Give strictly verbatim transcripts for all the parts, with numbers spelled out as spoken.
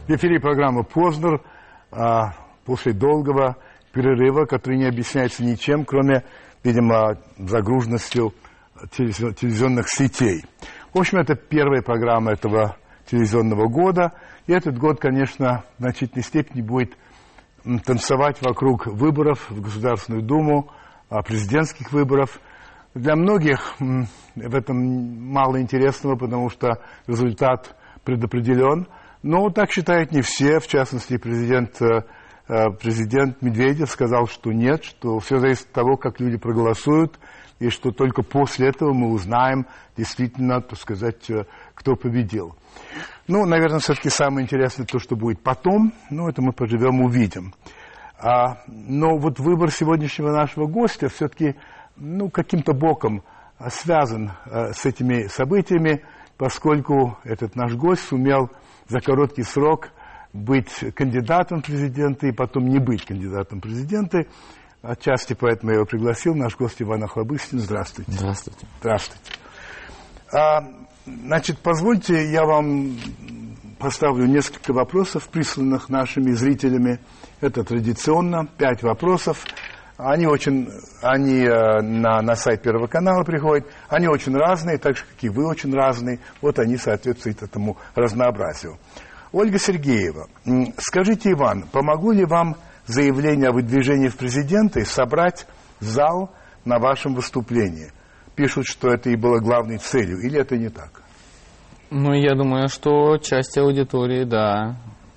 В эфире программа «Познер» а, после долгого перерыва, который не объясняется ничем, кроме, видимо, загруженностью телевизионных сетей. В общем, это первая программа этого телевизионного года. И этот год, конечно, в значительной степени будет танцевать вокруг выборов в Государственную Думу, президентских выборов. Для многих в этом мало интересного, потому что результат предопределен. Но так считают не все. В частности, президент, президент Медведев сказал, что нет, что все зависит от того, как люди проголосуют, и что только после этого мы узнаем действительно, так сказать, кто победил. Ну, наверное, все-таки самое интересное то, что будет потом. Ну, это мы поживем, увидим. А, но вот выбор сегодняшнего нашего гостя все-таки, ну, каким-то боком связан а, с этими событиями, поскольку этот наш гость сумел за короткий срок быть кандидатом в президенты и потом не быть кандидатом в президенты. Отчасти поэтому я его пригласил. Наш гость Иван Охлобыстин. Здравствуйте. Здравствуйте. Здравствуйте. А, значит, позвольте, я вам поставлю несколько вопросов, присланных нашими зрителями. Это традиционно, пять вопросов. Они очень, они э, на, на сайт Первого канала приходят. Они очень разные, так же, как и вы очень разные. Вот они соответствуют этому разнообразию. Ольга Сергеева, скажите, Иван, помогло ли вам заявление о выдвижении в президенты собрать зал на вашем выступлении? Пишут, что это и было главной целью, или это не так? Ну, я думаю, что часть аудитории, да,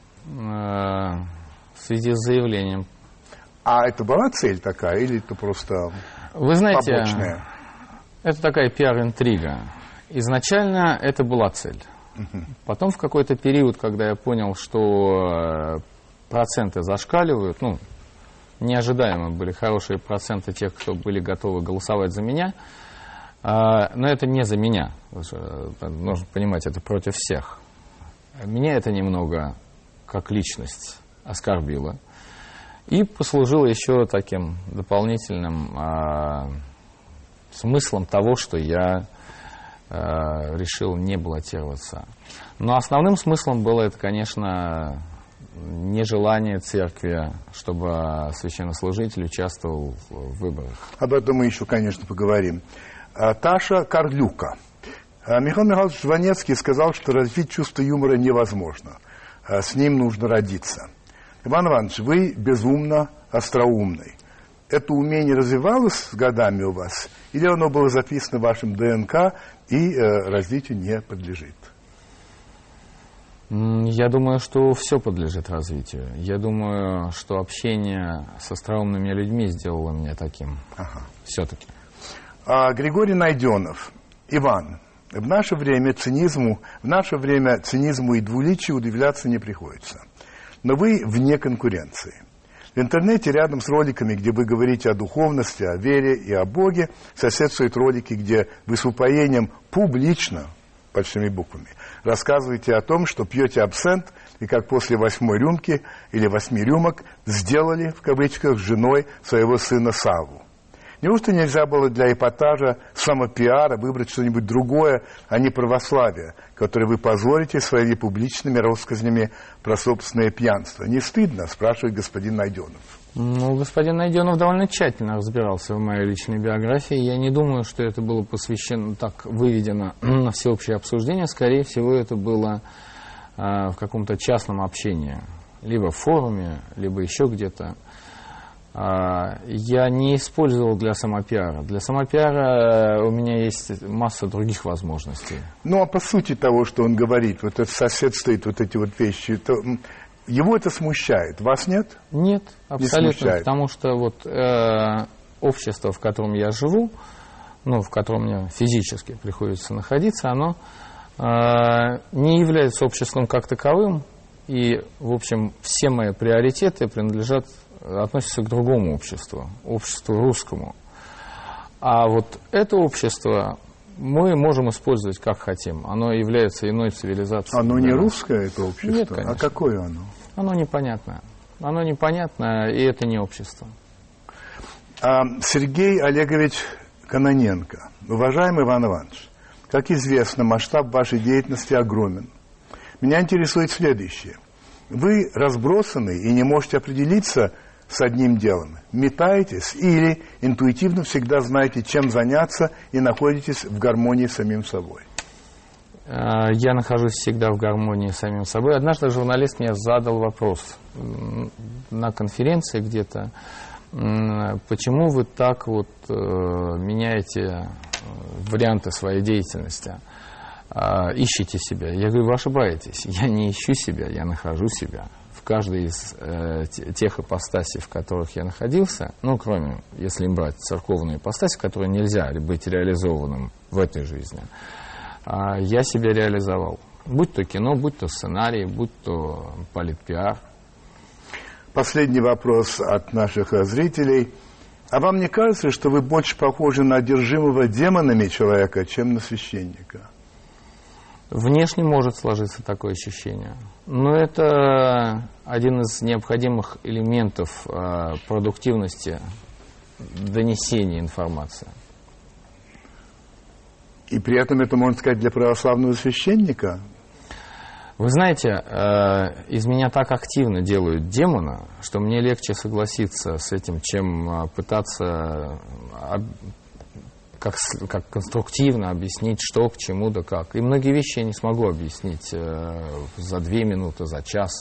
э, в связи с заявлением. А это была цель такая, или это просто Вы знаете, побочная? Это такая пиар-интрига. Изначально это была цель. Uh-huh. Потом в какой-то период, когда я понял, что проценты зашкаливают, ну, неожидаемо были хорошие проценты тех, кто были готовы голосовать за меня, но это не за меня, нужно понимать, это против всех. Меня это немного, как личность, оскорбило. И послужило еще таким дополнительным а, смыслом того, что я а, решил не баллотироваться. Но основным смыслом было это, конечно, нежелание церкви, чтобы священнослужитель участвовал в выборах. Об этом мы еще, конечно, поговорим. А, Таша Карлюка. А, Михаил Михайлович Жванецкий сказал, что развить чувство юмора невозможно. А, с ним нужно родиться. Иван Иванович, вы безумно остроумный. Это умение развивалось с годами у вас? Или оно было записано в вашем ДНК и э, развитию не подлежит? Я думаю, что все подлежит развитию. Я думаю, что общение с остроумными людьми сделало меня таким. Ага. Все-таки. А, Григорий Найденов. Иван, в наше время цинизму, в наше время цинизму и двуличию удивляться не приходится. Но вы вне конкуренции. В интернете рядом с роликами, где вы говорите о духовности, о вере и о Боге, соседствуют ролики, где вы с упоением публично, большими буквами, рассказываете о том, что пьете абсент и как после восьмой рюмки или восьми рюмок сделали, в кавычках, с женой своего сына Савву. Неужто нельзя было для эпатажа самопиара выбрать что-нибудь другое, а не православие, которое вы позорите своими публичными россказнями про собственное пьянство? Не стыдно, спрашивает господин Найденов. Ну, господин Найденов довольно тщательно разбирался в моей личной биографии. Я не думаю, что это было посвящено, так выведено на всеобщее обсуждение. Скорее всего, это было э, в каком-то частном общении. Либо в форуме, либо еще где-то. Я не использовал для самопиара. Для самопиара у меня есть масса других возможностей. Ну, а по сути того, что он говорит, вот это соседствует, вот эти вот вещи, то его это смущает. Вас нет? Нет, абсолютно. Не смущает. Потому что вот э, общество, в котором я живу, ну, в котором мне физически приходится находиться, оно э, не является обществом как таковым. И, в общем, все мои приоритеты принадлежат относятся к другому обществу, обществу русскому. А вот это общество мы можем использовать как хотим. Оно является иной цивилизацией. Оно не русское, это общество? Нет, конечно. А какое оно? Оно непонятное. Оно непонятное, и это не общество. А, Сергей Олегович Кононенко. Уважаемый Иван Иванович, как известно, масштаб вашей деятельности огромен. Меня интересует следующее. вы разбросаны и не можете определиться с одним делом. Метаетесь или интуитивно всегда знаете, чем заняться и находитесь в гармонии с самим собой? Я нахожусь всегда в гармонии с самим собой. Однажды журналист мне задал вопрос на конференции где-то, почему вы так вот меняете варианты своей деятельности, ищете себя. Я говорю, вы ошибаетесь. Я не ищу себя, я нахожу себя. В каждой из э, тех ипостасей, в которых я находился, ну, кроме, если им брать церковную ипостась, в которой нельзя быть реализованным в этой жизни, э, я себя реализовал. Будь то кино, будь то сценарий, будь то политпиар. Последний вопрос от наших зрителей. А вам не кажется, что вы больше похожи на одержимого демонами человека, чем на священника? Внешне может сложиться такое ощущение. Но это один из необходимых элементов э, продуктивности донесения информации. И при этом это, можно сказать, для православного священника? Вы знаете, э, из меня так активно делают демона, что мне легче согласиться с этим, чем э, пытаться об, как, как конструктивно объяснить, что к чему да как. И многие вещи я не смогу объяснить э, за две минуты, за час.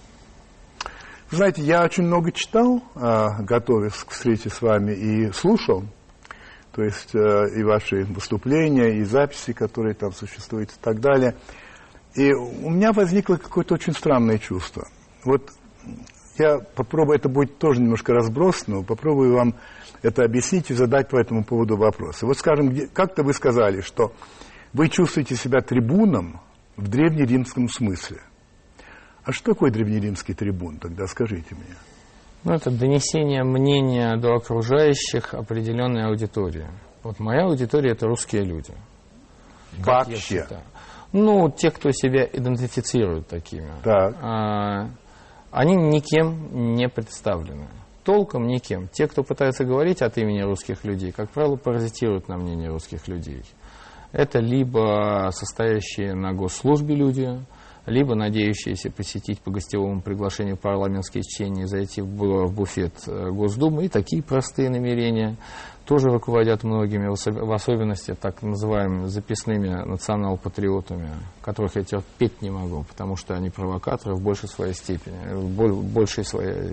Знаете, я очень много читал, э, готовясь к встрече с вами, и слушал. То есть э, и ваши выступления, и записи, которые там существуют, и так далее. И у меня возникло какое-то очень странное чувство. Вот я попробую, это будет тоже немножко разбросано, попробую вам это объяснить и задать по этому поводу вопросы. Вот, скажем, как-то вы сказали, что вы чувствуете себя трибуном в древнеримском смысле. А что такое древнеримский трибун, тогда скажите мне? Ну, это донесение мнения до окружающих определенной аудитории. Вот моя аудитория – это русские люди. Вообще? Ну, те, кто себя идентифицируют такими. Так. А, они никем не представлены. Толком никем. Те, кто пытается говорить от имени русских людей, как правило, паразитируют на мнении русских людей. Это либо состоящие на госслужбе люди, либо надеющиеся посетить по гостевому приглашению парламентские чтения, зайти в буфет Госдумы. И такие простые намерения тоже руководят многими, в особенности так называемыми записными национал-патриотами, которых я терпеть не могу, потому что они провокаторы в большей своей степени, в большей своей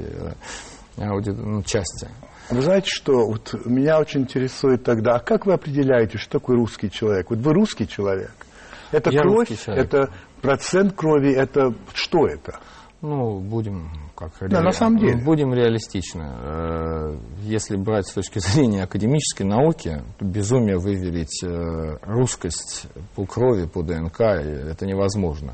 части. Вы знаете, что вот меня очень интересует тогда, а как вы определяете, что такое русский человек? Вот вы русский человек. Это я кровь, это процент крови, это что это? Ну, будем как да, реали... на самом деле. Будем реалистичны. Если брать с точки зрения академической науки, то безумие выверить русскость по крови, по ДНК, это невозможно.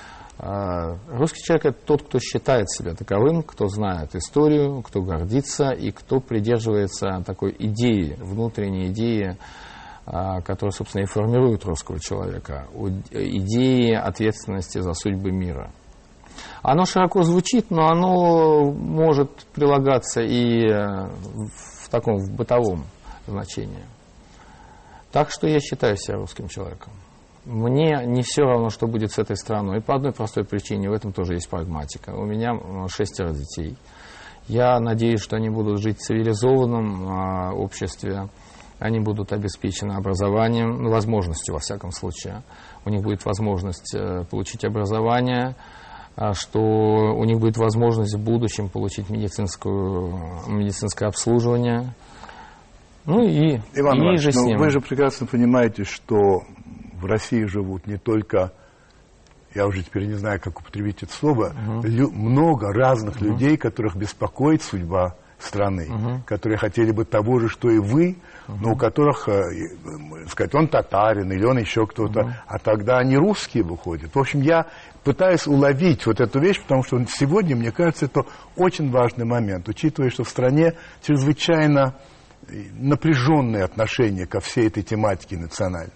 Русский человек – это тот, кто считает себя таковым, кто знает историю, кто гордится и кто придерживается такой идеи, внутренней идеи, которая, собственно, и формирует русского человека, идеи ответственности за судьбы мира. Оно широко звучит, но оно может прилагаться и в таком в бытовом значении. Так что я считаю себя русским человеком. Мне не все равно, что будет с этой страной. И по одной простой причине, в этом тоже есть прагматика. У меня шестеро детей. Я надеюсь, что они будут жить в цивилизованном э, обществе. Они будут обеспечены образованием, ну, возможностью, во всяком случае. У них будет возможность э, получить образование, э, что у них будет возможность в будущем получить медицинскую, медицинское обслуживание. Ну и, Иван и Иванович, же с ним. Вы же прекрасно понимаете, что в России живут не только, я уже теперь не знаю, как употребить это слово, uh-huh. лю- много разных uh-huh. людей, которых беспокоит судьба страны, uh-huh. которые хотели бы того же, что и вы, uh-huh. но у которых, э, сказать, он татарин или он еще кто-то, uh-huh. а тогда они русские выходят. В общем, я пытаюсь уловить вот эту вещь, потому что сегодня, мне кажется, это очень важный момент, учитывая, что в стране чрезвычайно напряженные отношения ко всей этой тематике национальной.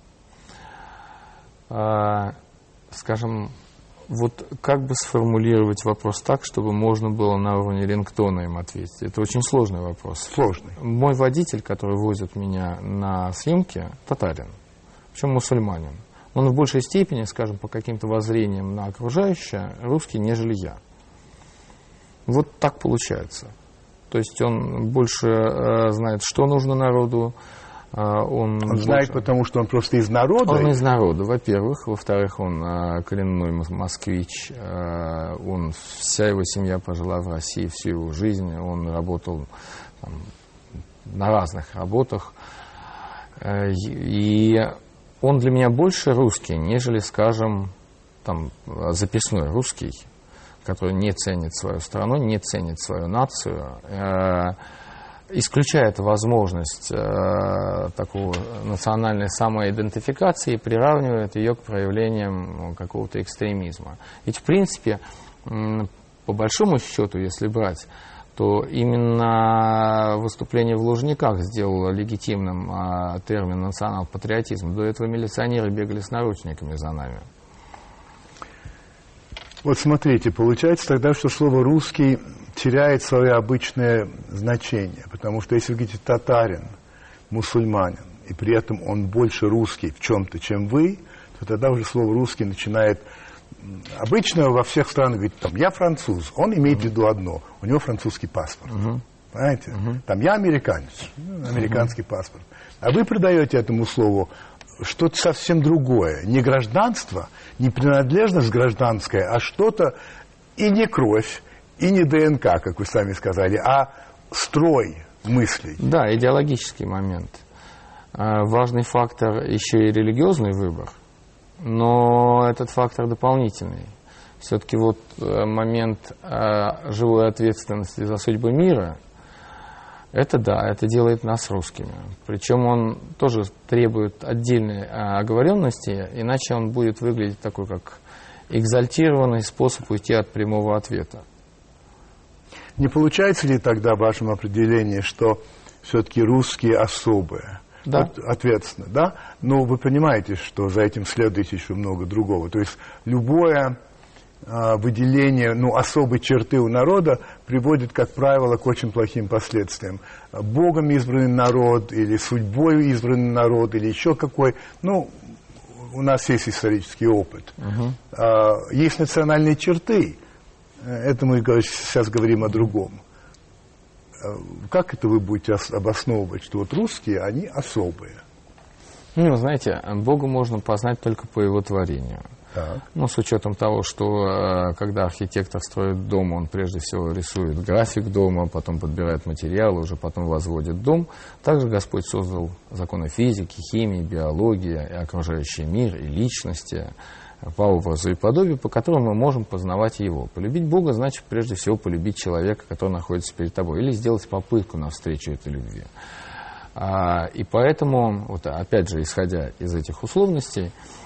А, скажем, вот как бы сформулировать вопрос так, чтобы можно было на уровне рингтона им ответить? Это очень сложный вопрос. Сложный. Мой водитель, который возит меня на съемки, татарин, причем мусульманин. он в большей степени, скажем, по каким-то воззрениям на окружающее, русский, нежели я. Вот так получается. То есть он больше э, знает, что нужно народу. Э, он он больше... знает, потому что он просто из народа? Он из народа, во-первых. Во-вторых, он э, коренной москвич. Э, он, вся его семья прожила в России всю его жизнь. Он работал там, на разных работах. Э, и он для меня больше русский, нежели, скажем, там, записной русский, который не ценит свою страну, не ценит свою нацию, э, исключает возможность э, такого национальной самоидентификации и приравнивает ее к проявлениям какого-то экстремизма. Ведь, в принципе, э, по большому счету, если брать, то именно выступление в Лужниках сделало легитимным э, термин национал-патриотизм. До этого милиционеры бегали с наручниками за нами. Вот смотрите, получается тогда, что слово «русский» теряет свое обычное значение, потому что если вы говорите «татарин», «мусульманин», и при этом он больше русский в чем-то, чем вы, то тогда уже слово «русский» начинает... Обычно во всех странах говорит, там, я француз, он имеет в виду одно, у него французский паспорт, uh-huh. понимаете? Uh-huh. Там, я американец, американский uh-huh. паспорт. А вы придаете этому слову что-то совсем другое. Не гражданство, не принадлежность гражданская, а что-то и не кровь, и не ДНК, как вы сами сказали, а строй мыслей. Да, идеологический момент. Важный фактор еще и религиозный выбор, но этот фактор дополнительный. Все-таки вот момент живой ответственности за судьбы мира, это да, это делает нас русскими. Причем он тоже требует отдельной оговоренности, иначе он будет выглядеть такой, как экзальтированный способ уйти от прямого ответа. Не получается ли тогда в вашем определении, что все-таки русские особые? Да. Вот, ответственно, да? Но вы понимаете, что за этим следует еще много другого. То есть любое выделение, ну, особой черты у народа приводит, как правило, к очень плохим последствиям. Богом избранный народ, или судьбой избранный народ, или еще какой. Ну, у нас есть исторический опыт. Uh-huh. Есть национальные черты. Это мы сейчас говорим о другом. Как это вы будете обосновывать, что вот русские, они особые? Ну, знаете, Бога можно познать только по его творению. Так. Ну, с учетом того, что когда архитектор строит дом, он прежде всего рисует график дома, потом подбирает материалы, уже потом возводит дом. Также Господь создал законы физики, химии, биологии, и окружающий мир, и личности по образу и подобию, по которым мы можем познавать его. Полюбить Бога значит прежде всего полюбить человека, который находится перед тобой, или сделать попытку навстречу этой любви. А, и поэтому, вот, опять же, исходя из этих условностей,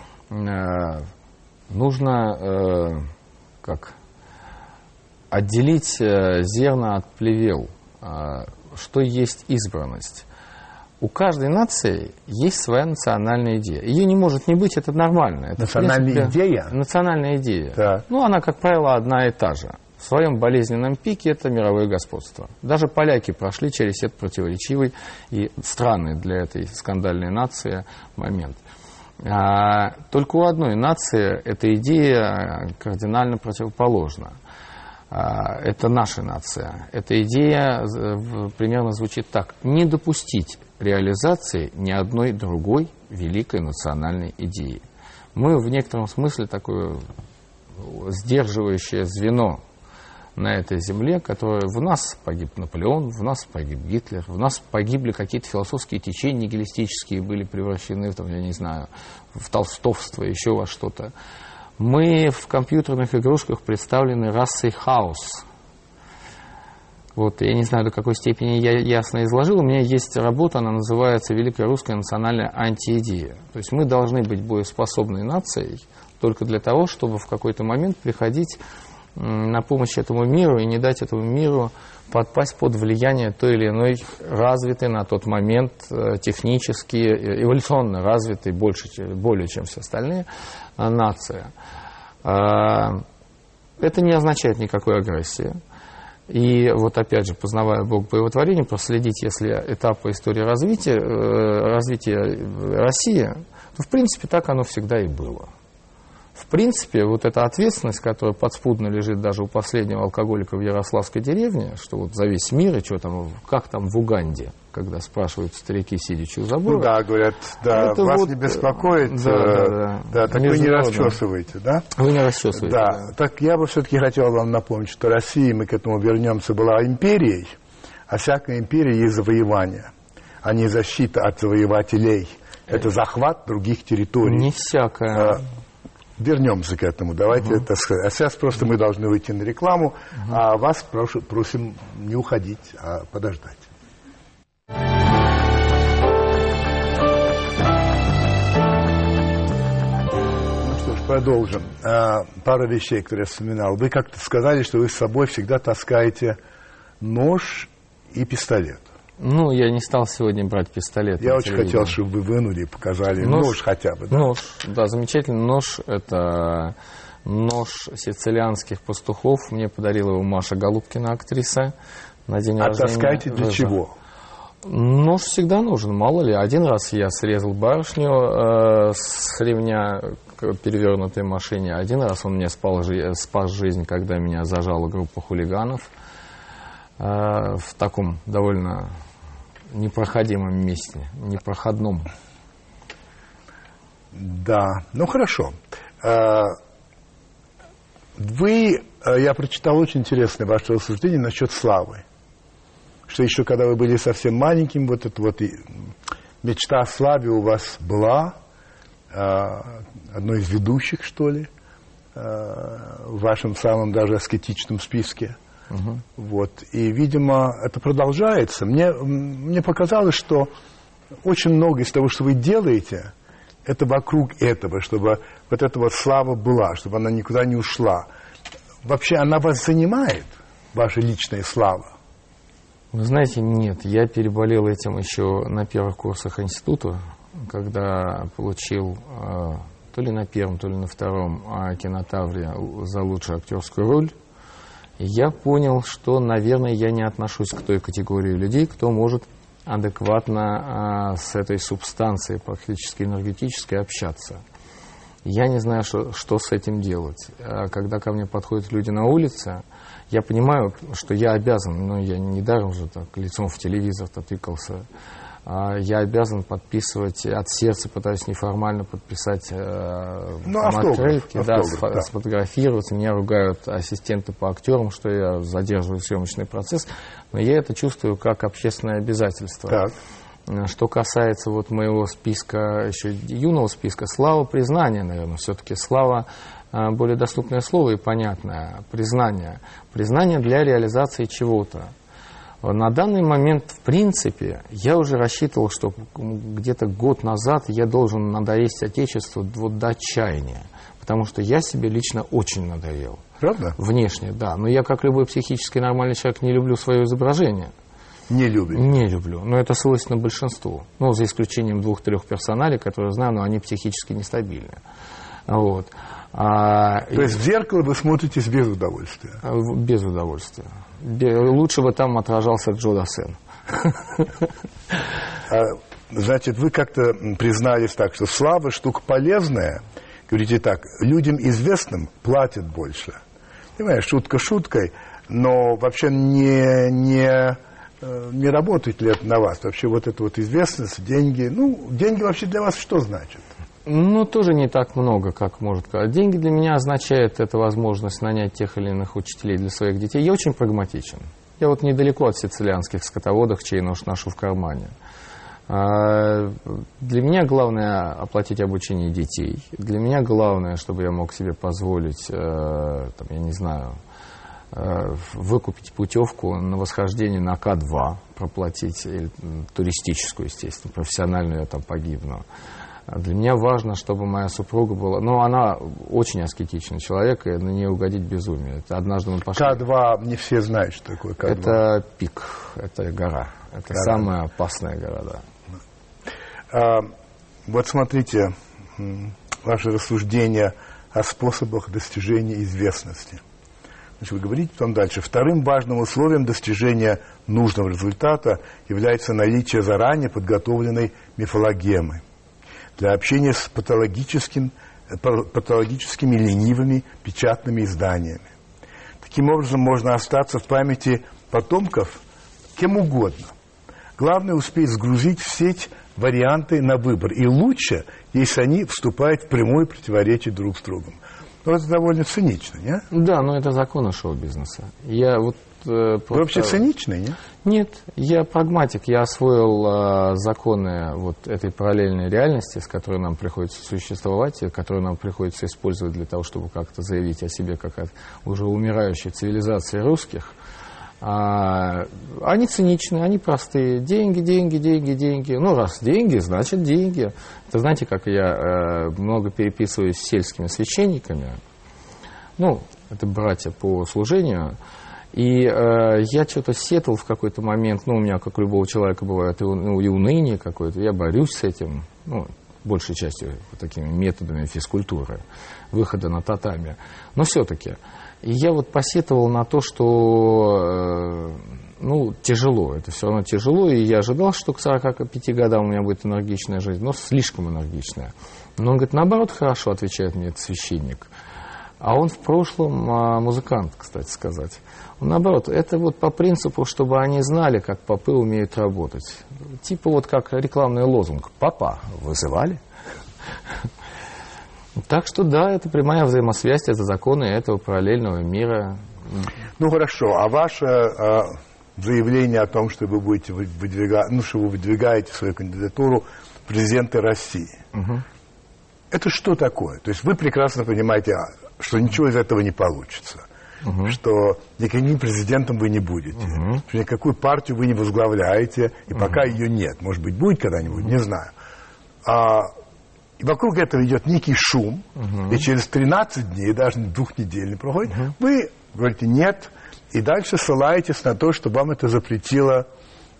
нужно э, как, отделить э, зерна от плевел. Э, что есть избранность? У каждой нации есть своя национальная идея. Ее не может не быть, это нормально. Это, национальная принципе, идея? Национальная идея. Так. Ну, она, как правило, одна и та же. В своем болезненном пике это мировое господство. Даже поляки прошли через этот противоречивый и странный для этой скандальной нации момент. А, только у одной нации эта идея кардинально противоположна. А, это наша нация. Эта идея примерно звучит так. Не допустить реализации ни одной другой великой национальной идеи. Мы в некотором смысле такое сдерживающее звено на этой земле, которое в нас погиб Наполеон, в нас погиб Гитлер, в нас погибли какие-то философские течения нигилистические, были превращены, там, я не знаю, в толстовство, еще во что-то. Мы в компьютерных игрушках представлены расой хаос. Вот, я не знаю, до какой степени я ясно изложил. У меня есть работа, она называется «Великая русская национальная антиидея». То есть мы должны быть боеспособной нацией только для того, чтобы в какой-то момент приходить на помощь этому миру и не дать этому миру подпасть под влияние той или иной развитой на тот момент технически, эволюционно развитой, больше, более чем все остальные, нации. Это не означает никакой агрессии. И вот опять же, познавая Бога по его творению, проследить, если этап по истории развития, развития России, то, в принципе, так оно всегда и было. В принципе, вот эта ответственность, которая подспудно лежит даже у последнего алкоголика в Ярославской деревне, что вот за весь мир, и что там, как там в Уганде, когда спрашивают старики, сидячи у забора. Ну да, говорят, да, вас вот, не беспокоит, да, да, да. да, так вы не расчесываете, да? Вы не расчесываете, да. да. Так я бы все-таки хотел вам напомнить, что Россия, мы к этому вернемся, была империей, а всякая империя есть завоевание, а не защита от завоевателей. Это захват других территорий. Не всякая. Вернемся к этому. Давайте uh-huh. это сказать. А сейчас просто мы должны выйти на рекламу, uh-huh. а вас прошу, просим не уходить, а подождать. Ну что ж, продолжим. А, пара вещей, которые я вспоминал. Вы как-то сказали, что вы с собой всегда таскаете нож и пистолет. Ну, я не стал сегодня брать пистолет. Я очень хотел, чтобы вы вынули и показали нож, нож хотя бы. Да? Нож, да, замечательный нож. Это нож сицилианских пастухов. Мне подарила его Маша Голубкина, актриса, на день а рождения. А таскаете для чего? Нож всегда нужен, мало ли. Один раз я срезал барышню э, с ремня к перевернутой машине. Один раз он мне спал, спас жизнь, когда меня зажала группа хулиганов э, в таком довольно непроходимом месте, непроходном. Да, ну хорошо. Вы, я прочитал очень интересное ваше рассуждение насчет славы. Что еще когда вы были совсем маленьким, вот эта вот мечта о славе у вас была, одной из ведущих, что ли, в вашем самом даже аскетичном списке. Uh-huh. Вот. И, видимо, это продолжается. Мне, мне показалось, что очень много из того, что вы делаете, это вокруг этого, чтобы вот эта вот слава была, чтобы она никуда не ушла. Вообще она вас занимает, ваша личная слава? Вы знаете, нет. Я переболел этим еще на первых курсах института, когда получил э, то ли на первом, то ли на втором э, кинотавре за лучшую актерскую роль. Я понял, что, наверное, я не отношусь к той категории людей, кто может адекватно а, с этой субстанцией, практически энергетической, общаться. Я не знаю, что, что с этим делать. А когда ко мне подходят люди на улице, я понимаю, что я обязан, ну, я недаром же так лицом в телевизор-то тыкался, а я обязан подписывать от сердца, пытаюсь неформально подписать э, ну, открытки, да, автограф, да. сфотографироваться. Меня ругают ассистенты по актерам, что я задерживаю съемочный процесс, но я это чувствую как общественное обязательство. Так. Что касается вот моего списка, еще юного списка, слава, признание, наверное, все-таки слава э, более доступное слово и понятное. Признание. Признание для реализации чего-то. На данный момент, в принципе, я уже рассчитывал, что где-то год назад я должен надоесть Отечеству вот до отчаяния. Потому что я себе лично очень надоел. Правда? Внешне, да. Но я, как любой психически нормальный человек, не люблю свое изображение. Не люблю? Не люблю. Но это свойственно большинству. Ну, за исключением двух-трех персоналей, которые знаю, но они психически нестабильны. Вот. А, То есть в зеркало вы смотритесь без удовольствия? Без удовольствия. Лучше бы там отражался Джо Дассен. Значит, вы как-то признались так, что слава штука полезная. Говорите так, людям известным платят больше. Понимаешь, шутка шуткой, но вообще не, не, не работает ли это на вас? Вообще вот эта вот известность, деньги. Ну, деньги вообще для вас что значит? Ну, тоже не так много, как может сказать. Деньги для меня означают это возможность нанять тех или иных учителей для своих детей. Я очень прагматичен. Я вот недалеко от сицилианских скотоводов, чей нож ношу в кармане. А для меня главное оплатить обучение детей. Для меня главное, чтобы я мог себе позволить, там, я не знаю, выкупить путевку на восхождение на К два, проплатить, или туристическую, естественно, профессиональную я там погибну. Для меня важно, чтобы моя супруга была... Ну, она очень аскетичный человек, и на нее угодить безумие. Это однажды мы пошли... К два, не все знают, что такое К два. Это пик, это гора. Это гора. Самая опасная гора, да. А, вот смотрите, ваше рассуждение о способах достижения известности. Значит, вы говорите потом дальше. Вторым важным условием достижения нужного результата является наличие заранее подготовленной мифологемы. для общения с патологическим, патологическими ленивыми печатными изданиями. Таким образом, можно остаться в памяти потомков кем угодно. Главное успеть сгрузить в сеть варианты на выбор. И лучше, если они вступают в прямое противоречие друг с другом. Но это довольно цинично, не? Да, но это законы шоу-бизнеса. Я вот, э, Вы просто... вообще циничный, не? Нет, я прагматик. Я освоил э, законы вот этой параллельной реальности, с которой нам приходится существовать, и которую нам приходится использовать для того, чтобы как-то заявить о себе как о уже умирающей цивилизации русских. А, они циничные, они простые. Деньги, деньги, деньги, деньги. Ну, раз деньги, значит деньги. Это знаете, как я э, много переписываюсь с сельскими священниками. Ну, это братья по служению. И э, я что-то сетовал в какой-то момент. Ну, у меня, как у любого человека, бывает и, ну, и уныние какое-то. Я борюсь с этим, ну, большей частью такими методами физкультуры, выхода на татами. Но все-таки... И я вот посетовал на то, что, э, ну, тяжело, это все равно тяжело, и я ожидал, что к сорока пяти годам у меня будет энергичная жизнь, но слишком энергичная. Но он говорит, наоборот, хорошо, отвечает мне этот священник. А он в прошлом а, музыкант, кстати сказать. Он, наоборот, это вот по принципу, чтобы они знали, как попы умеют работать. Типа вот как рекламный лозунг «Папа, вызывали?» Так что да, это прямая взаимосвязь, это законы этого параллельного мира. Ну хорошо, а ваше э, заявление о том, что вы будете выдвигать, ну, что вы выдвигаете свою кандидатуру в президенты России, угу. Это что такое? То есть вы прекрасно понимаете, что ничего из этого не получится, угу. Что никаким президентом вы не будете, угу. Что никакую партию вы не возглавляете, и угу. Пока ее нет. Может быть, будет когда-нибудь, угу. Не знаю. А, И вокруг этого идет некий шум, uh-huh. И через тринадцать дней, даже двух недель не проходит, uh-huh. Вы говорите «нет», и дальше ссылаетесь на то, что вам это запретила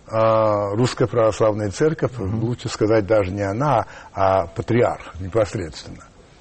э, Русская Православная Церковь, uh-huh. Лучше сказать даже не она, а патриарх непосредственно.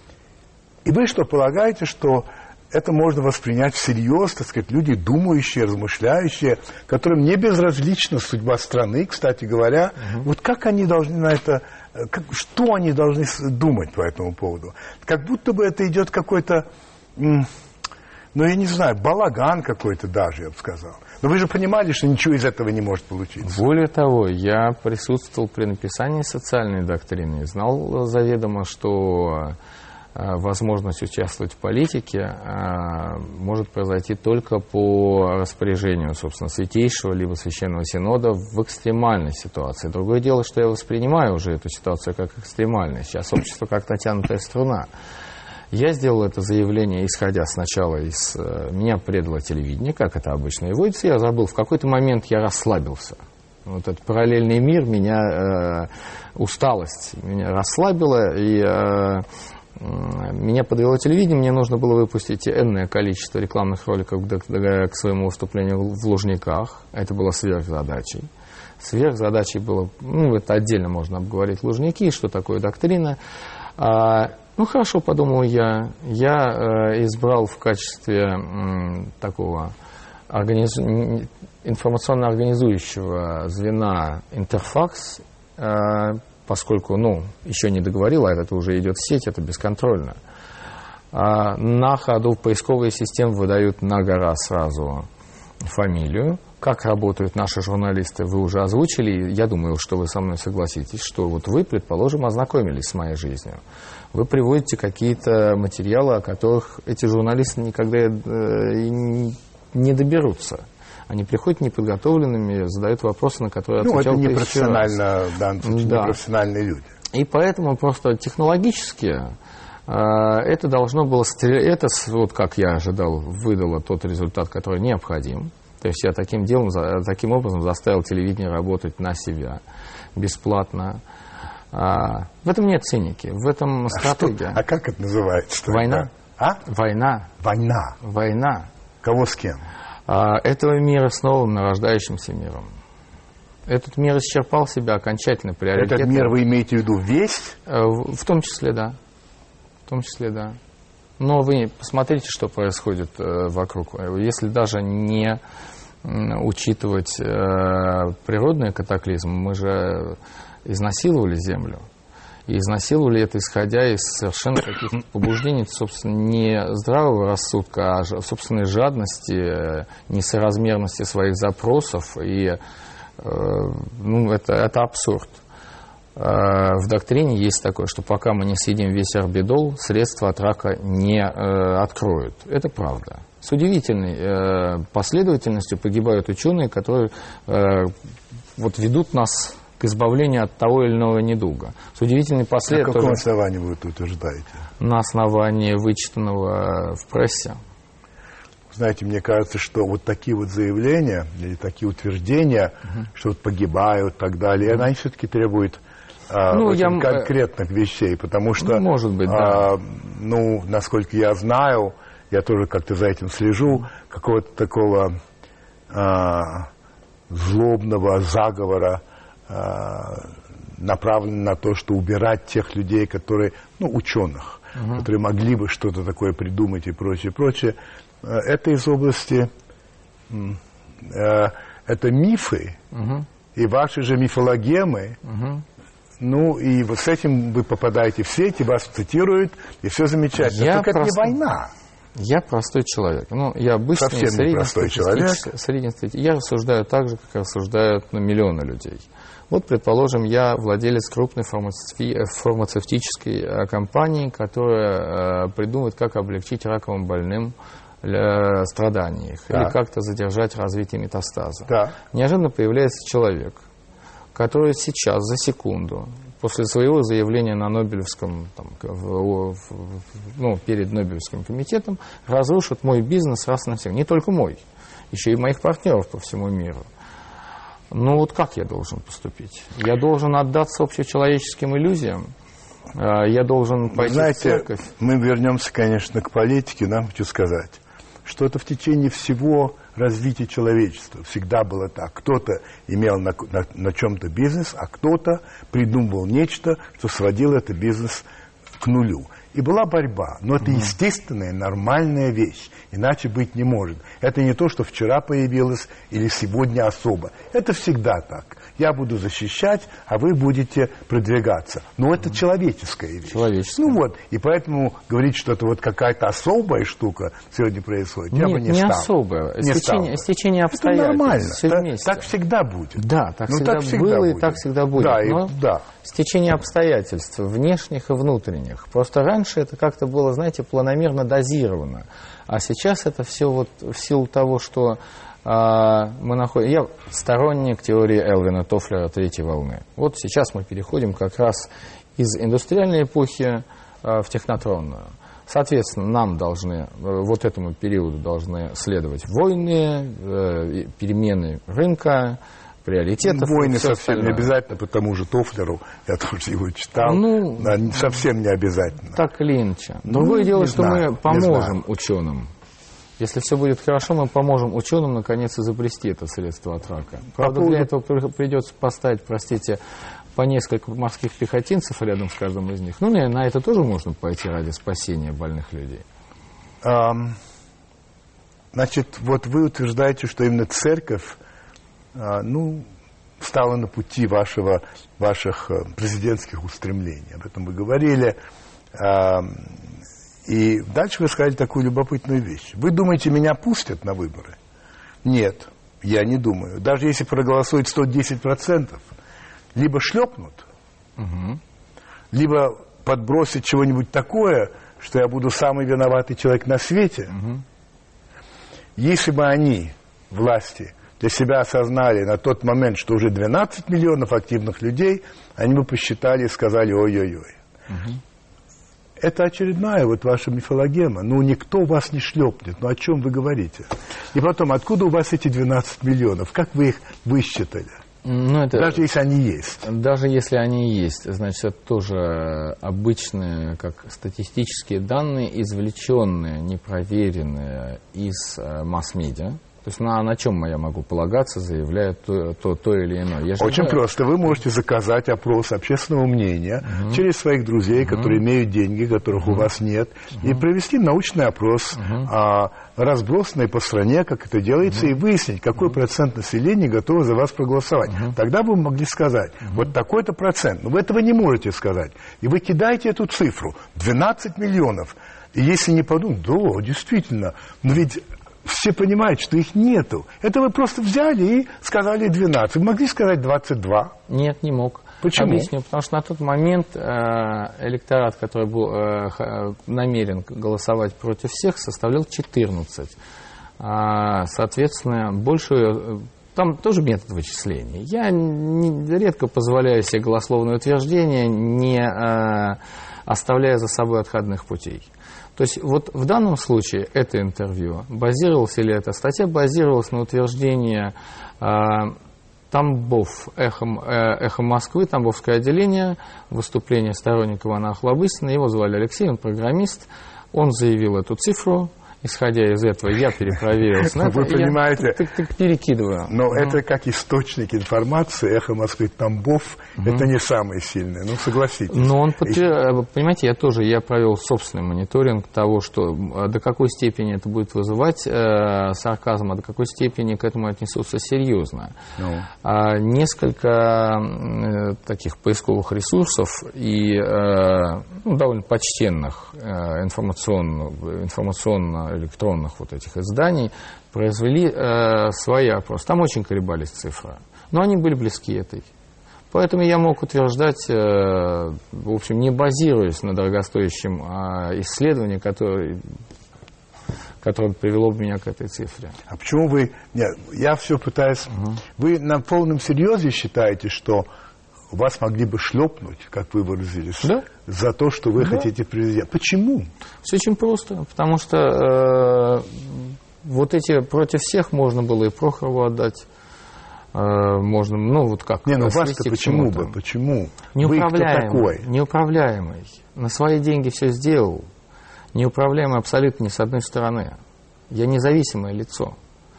И вы что, полагаете, что это можно воспринять всерьез, так сказать, люди думающие, размышляющие, которым не безразлична судьба страны, кстати говоря, uh-huh. Вот как они должны на это... Как, что они должны думать по этому поводу? Как будто бы это идет какой-то, ну, я не знаю, балаган какой-то даже, я бы сказал. Но вы же понимали, что ничего из этого не может получиться. Более того, я присутствовал при написании социальной доктрины и знал заведомо, что возможность участвовать в политике может произойти только по распоряжению, собственно, Святейшего либо Священного Синода в экстремальной ситуации. Другое дело, что я воспринимаю уже эту ситуацию как экстремальную. Сейчас общество как натянутая струна. Я сделал это заявление, исходя сначала из... Меня предало телевидение, как это обычно и водится. Я забыл, в какой-то момент я расслабился. Вот этот параллельный мир, меня... Э, усталость меня расслабила, и... Э, Меня подвело телевидение, мне нужно было выпустить энное количество рекламных роликов к своему выступлению в Лужниках. Это было сверхзадачей. Сверхзадачей было, ну, это отдельно можно обговорить Лужники, что такое доктрина. А, ну, хорошо, подумал я. Я э, избрал в качестве м, такого организ... информационно-организующего звена Интерфакс, э, поскольку, ну, еще не договорил, а это уже идет в сеть, это бесконтрольно. А на ходу поисковые системы выдают на гора сразу фамилию. Как работают наши журналисты, вы уже озвучили. Я думаю, что вы со мной согласитесь, что вот вы, предположим, ознакомились с моей жизнью. Вы приводите какие-то материалы, о которых эти журналисты никогда не доберутся. Они приходят неподготовленными, задают вопросы, на которые ну, отвечал это не профессионально, да, да. Не профессиональные люди. И поэтому просто технологически э, это должно было стрелять. Это, вот как я ожидал, выдало тот результат, который необходим. То есть я таким, делом, таким образом заставил телевидение работать на себя бесплатно. А, в этом нет циники, в этом стратегия. А, что, а как это называется? Война. А? Война. Война. Война. Кого с кем? Этого мира с новым нарождающимся миром. Этот мир исчерпал себя окончательно. Приоритеты. Этот мир вы имеете в виду весь? В том числе, да. В том числе, да. Но вы посмотрите, что происходит вокруг. Если даже не учитывать природные катаклизмы, мы же изнасиловали Землю. И изнасиловали это, исходя из совершенно каких-то побуждений, собственно, не здравого рассудка, а собственной жадности, несоразмерности своих запросов. И ну, это, это абсурд. В доктрине есть такое, что пока мы не съедим весь орбидол, средства от рака не откроют. Это правда. С удивительной последовательностью погибают ученые, которые вот ведут нас к избавлению от того или иного недуга. С удивительной последовательностью. На каком основании вы это утверждаете? На основании вычитанного в прессе. Знаете, мне кажется, что вот такие вот заявления или такие утверждения, uh-huh. что вот погибают и так далее, uh-huh. они все-таки требуют а, ну, очень я... конкретных вещей, потому что, ну, может быть, да. а, ну, насколько я знаю, я тоже как-то за этим слежу, какого-то такого а, злобного заговора, направлен на то, что убирать тех людей, которые, ну, ученых, uh-huh. которые могли бы что-то такое придумать и прочее, прочее. Это из области, это мифы, uh-huh. и ваши же мифологемы, uh-huh. ну, и вот с этим вы попадаете в сеть, и вас цитируют, и все замечательно. Я Только просто... это не война. Я простой человек. Ну, я обычный, среднестатистический, среднестатистический. Я рассуждаю так же, как рассуждают ну, миллионы людей. Вот, предположим, я владелец крупной фармацевтической компании, которая э, придумывает, как облегчить раковым больным э, страдания их, да. или как-то задержать развитие метастаза. Да. Неожиданно появляется человек, который сейчас, за секунду, после своего заявления на Нобелевском, там, в, в, ну, перед Нобелевским комитетом, разрушит мой бизнес раз на всех. Не только мой, еще и моих партнеров по всему миру. Ну вот как я должен поступить? Я должен отдаться общечеловеческим иллюзиям? Я должен пойти Знаете, в церковь? Мы вернемся, конечно, к политике, нам хочу сказать, что это в течение всего развития человечества всегда было так. Кто-то имел на, на, на чем-то бизнес, а кто-то придумывал нечто, что сводило этот бизнес к нулю. И была борьба. Но это естественная, нормальная вещь. Иначе быть не может. Это не то, что вчера появилось или сегодня особо. Это всегда так. Я буду защищать, а вы будете продвигаться. Но это человеческая вещь. Человеческая. Ну вот. И поэтому говорить, что это вот какая-то особая штука сегодня происходит, я Нет, бы не, не стал. особая. Не стечение, стечение обстоятельств. Это нормально. Все Так, вместе. так всегда будет. Да, так, ну, всегда, так всегда было будет. И так всегда будет. Да, Но и, да. стечение обстоятельств, внешних и внутренних. Просто раньше это как-то было, знаете, планомерно дозировано. А сейчас это все вот в силу того, что а, мы находим... Я сторонник теории Элвина Тофлера третьей волны. Вот сейчас мы переходим как раз из индустриальной эпохи а, в технотронную. Соответственно, нам должны, вот этому периоду должны следовать войны, э, перемены рынка, приоритетов. Войны совсем не обязательно, по тому же Тофлеру, я тоже его читал, ну, совсем не обязательно. Так или иначе. Другое ну, дело, что знаю, мы поможем ученым. Если все будет хорошо, мы поможем ученым наконец изобрести это средство от рака. Правда, поводу... для этого придется поставить, простите, по несколько морских пехотинцев рядом с каждым из них. Ну, на это тоже можно пойти ради спасения больных людей. Um, значит, вот вы утверждаете, что именно церковь uh, ну, стала на пути вашего, ваших uh, президентских устремлений. Об этом вы говорили. Uh, и дальше вы сказали такую любопытную вещь. Вы думаете, меня пустят на выборы? Нет, я не думаю. Даже если проголосует сто десять процентов, либо шлепнут, угу. либо подбросят чего-нибудь такое, что я буду самый виноватый человек на свете. Угу. Если бы они, власти, для себя осознали на тот момент, что уже двенадцать миллионов активных людей, они бы посчитали и сказали ой-ой-ой. Угу. Это очередная вот ваша мифологема. Ну, никто вас не шлепнет. Ну, о чем вы говорите? И потом, откуда у вас эти двенадцать миллионов? Как вы их высчитали? Ну, это, даже если они есть. Даже если они есть, значит, это тоже обычные, как статистические данные, извлеченные, непроверенные из масс-медиа. То есть на, на чем я могу полагаться, заявляя то, то, то или иное? Я Очень же... просто. Вы можете заказать опрос общественного мнения uh-huh. через своих друзей, uh-huh. которые имеют деньги, которых uh-huh. у вас нет, uh-huh. и провести научный опрос, uh-huh. а, разбросанный по стране, как это делается, uh-huh. и выяснить, какой uh-huh. процент населения готовы за вас проголосовать. Uh-huh. Тогда вы могли сказать, uh-huh. вот такой-то процент. Но вы этого не можете сказать. И вы кидаете эту цифру. двенадцать миллионов. И если не подумать, да, действительно, но ведь... Все понимают, что их нету. Это вы просто взяли и сказали двенадцать. Вы могли сказать двадцать два? Нет, не мог. Почему? Объясню. Потому что на тот момент э, электорат, который был э, намерен голосовать против всех, составлял четырнадцать. А, соответственно, большую... Там тоже метод вычисления. Я не, редко позволяю себе голословные утверждения, не э, оставляя за собой отходных путей. То есть вот в данном случае это интервью, базировалась или эта статья базировалась на утверждении э, Тамбов, эхо, э, эхо Москвы, Тамбовское отделение, выступление сторонника Ивана Охлобыстина. Его звали Алексей, он программист. Он заявил эту цифру. Исходя из этого, я перепроверил. Вы понимаете, перекидываю. Но это как источник информации, эхо Москвы, Тамбов, это не самое сильное, ну согласитесь. Но он, понимаете, я тоже, я провел собственный мониторинг того, что до какой степени это будет вызывать э, сарказм, а до какой степени к этому отнесутся серьезно. Ну. А, несколько э, таких поисковых ресурсов и э, ну, довольно почтенных э, информационно, информационно электронных вот этих изданий произвели э, свои опросы. Там очень колебались цифры, но они были близки этой. Поэтому я мог утверждать, э, в общем, не базируясь на дорогостоящем э, исследовании, которое, которое привело бы меня к этой цифре. А почему вы... Нет, я все пытаюсь... Угу. Вы на полном серьезе считаете, что вас могли бы шлепнуть, как вы выразились, да? за то, что вы да. хотите президента? Почему? Все очень просто. Потому что э, вот эти против всех можно было и Прохорову отдать. Э, можно, ну вот как. Не, ну вас-то почему бы? Почему? Неуправляемый. Вы кто такой? Неуправляемый. На свои деньги все сделал. Неуправляемый абсолютно ни с одной стороны. Я независимое лицо.